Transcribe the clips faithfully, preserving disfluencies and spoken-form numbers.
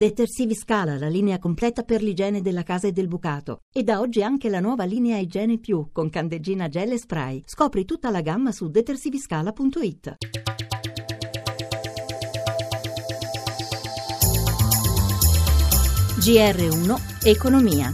Detersivi Scala, la linea completa per l'igiene della casa e del bucato. E da oggi anche la nuova linea Igiene Più, con candeggina gel e spray. Scopri tutta la gamma su detersiviscala punto it. G R uno Economia.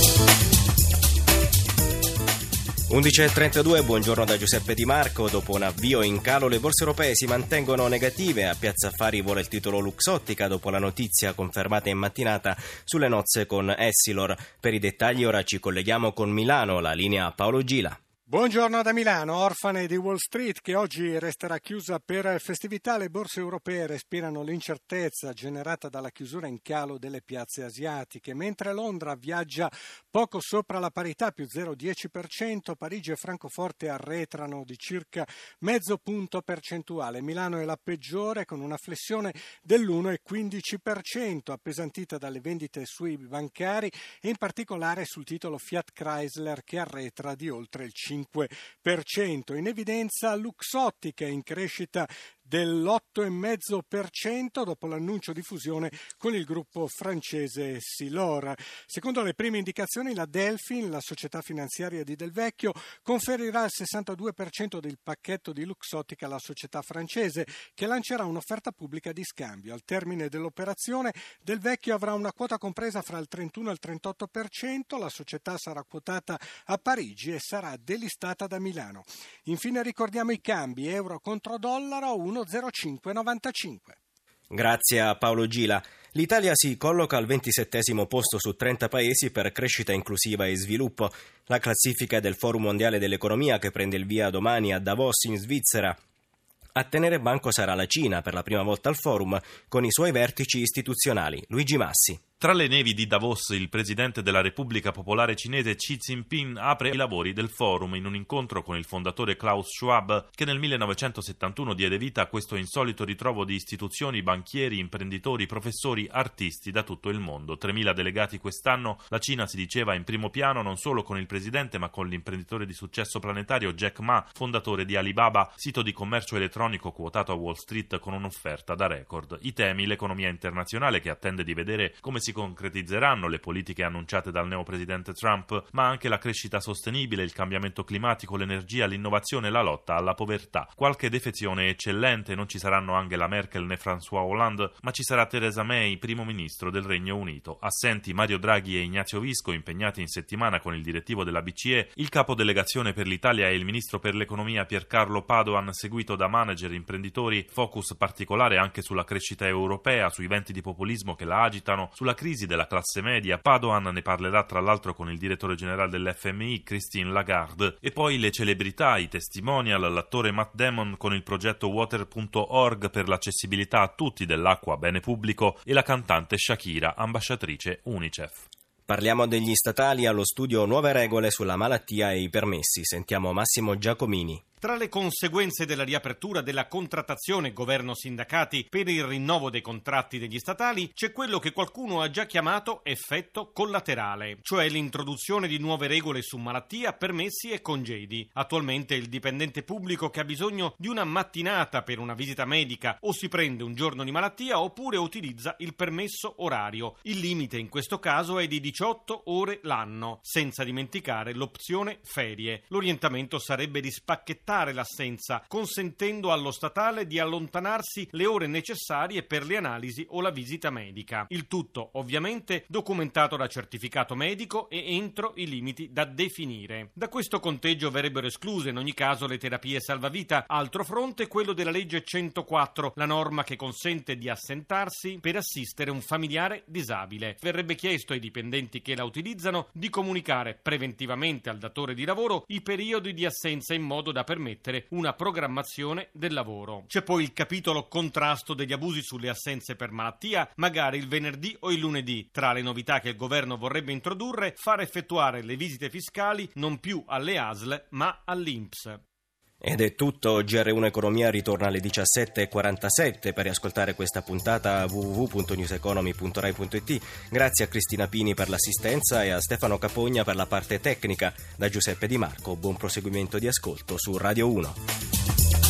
undici e trentadue, buongiorno da Giuseppe Di Marco. Dopo un avvio in calo, le borse europee si mantengono negative. A Piazza Affari vola il titolo Luxottica dopo la notizia confermata in mattinata sulle nozze con Essilor. Per i dettagli ora ci colleghiamo con Milano, la linea Paolo Gila. Buongiorno da Milano, orfane di Wall Street che oggi resterà chiusa per festività. Le borse europee respirano l'incertezza generata dalla chiusura in calo delle piazze asiatiche, mentre Londra viaggia poco sopra la parità, più zero virgola dieci per cento, Parigi e Francoforte arretrano di circa mezzo punto percentuale. Milano è la peggiore con una flessione dell'uno virgola quindici per cento, appesantita dalle vendite sui bancari e in particolare sul titolo Fiat Chrysler che arretra di oltre il cinque per cento. In evidenza Luxottica in crescita dell'otto virgola cinque per cento dopo l'annuncio di fusione con il gruppo francese Essilor. Secondo le prime indicazioni, la Delphin, la società finanziaria di Del Vecchio, conferirà il sessantadue per cento del pacchetto di Luxottica alla società francese, che lancerà un'offerta pubblica di scambio. Al termine dell'operazione, Del Vecchio avrà una quota compresa fra il trentuno e il trentotto per cento, la società sarà quotata a Parigi e sarà delistata da Milano. Infine ricordiamo i cambi: euro contro dollaro uno virgola zero cinque novantacinque. Grazie a Paolo Gila. L'Italia si colloca al ventisettesimo posto su trenta paesi per crescita inclusiva e sviluppo. La classifica del Forum Mondiale dell'Economia, che prende il via domani a Davos in Svizzera. A tenere banco sarà la Cina per la prima volta al forum con i suoi vertici istituzionali. Luigi Massi. Tra le nevi di Davos, il presidente della Repubblica Popolare Cinese Xi Jinping apre i lavori del forum in un incontro con il fondatore Klaus Schwab, che nel millenovecentosettantuno diede vita a questo insolito ritrovo di istituzioni, banchieri, imprenditori, professori, artisti da tutto il mondo. tremila delegati quest'anno. La Cina, si diceva, in primo piano non solo con il presidente ma con l'imprenditore di successo planetario Jack Ma, fondatore di Alibaba, sito di commercio elettronico quotato a Wall Street con un'offerta da record. I temi: l'economia internazionale, che attende di vedere come si si concretizzeranno le politiche annunciate dal neopresidente Trump, ma anche la crescita sostenibile, il cambiamento climatico, l'energia, l'innovazione e la lotta alla povertà. Qualche defezione eccellente: non ci saranno Angela Merkel né François Hollande, ma ci sarà Theresa May, primo ministro del Regno Unito. Assenti Mario Draghi e Ignazio Visco, impegnati in settimana con il direttivo della B C E, il capodelegazione per l'Italia e il ministro per l'economia Piercarlo Padoan, seguito da manager, imprenditori. Focus particolare anche sulla crescita europea, sui venti di populismo che la agitano, sulla crisi della classe media. Padoan ne parlerà tra l'altro con il direttore generale dell'F M I, Christine Lagarde. E poi le celebrità, i testimonial: l'attore Matt Damon con il progetto water punto org per l'accessibilità a tutti dell'acqua, bene pubblico, e la cantante Shakira, ambasciatrice UNICEF. Parliamo degli statali. Allo studio nuove regole sulla malattia e i permessi. Sentiamo Massimo Giacomini. Tra le conseguenze della riapertura della contrattazione governo-sindacati per il rinnovo dei contratti degli statali c'è quello che qualcuno ha già chiamato effetto collaterale, cioè l'introduzione di nuove regole su malattia, permessi e congedi. Attualmente il dipendente pubblico che ha bisogno di una mattinata per una visita medica o si prende un giorno di malattia oppure utilizza il permesso orario. Il limite in questo caso è di diciotto ore l'anno, senza dimenticare l'opzione ferie. L'orientamento sarebbe di spacchettare l'assenza, consentendo allo statale di allontanarsi le ore necessarie per le analisi o la visita medica. Il tutto, ovviamente, documentato da certificato medico e entro i limiti da definire. Da questo conteggio verrebbero escluse in ogni caso le terapie salvavita. Altro fronte è quello della legge centoquattro, la norma che consente di assentarsi per assistere un familiare disabile. Verrebbe chiesto ai dipendenti che la utilizzano di comunicare preventivamente al datore di lavoro i periodi di assenza in modo da permettere una programmazione del lavoro. C'è poi il capitolo contrasto degli abusi sulle assenze per malattia, magari il venerdì o il lunedì. Tra le novità che il governo vorrebbe introdurre, far effettuare le visite fiscali non più alle A S L ma all'I N P S. Ed è tutto. G R uno Economia ritorna alle diciassette e quarantasette. Per riascoltare questa puntata w w w punto newseconomy punto rai punto it. Grazie a Cristina Pini per l'assistenza e a Stefano Capogna per la parte tecnica. Da Giuseppe Di Marco, buon proseguimento di ascolto su Radio uno.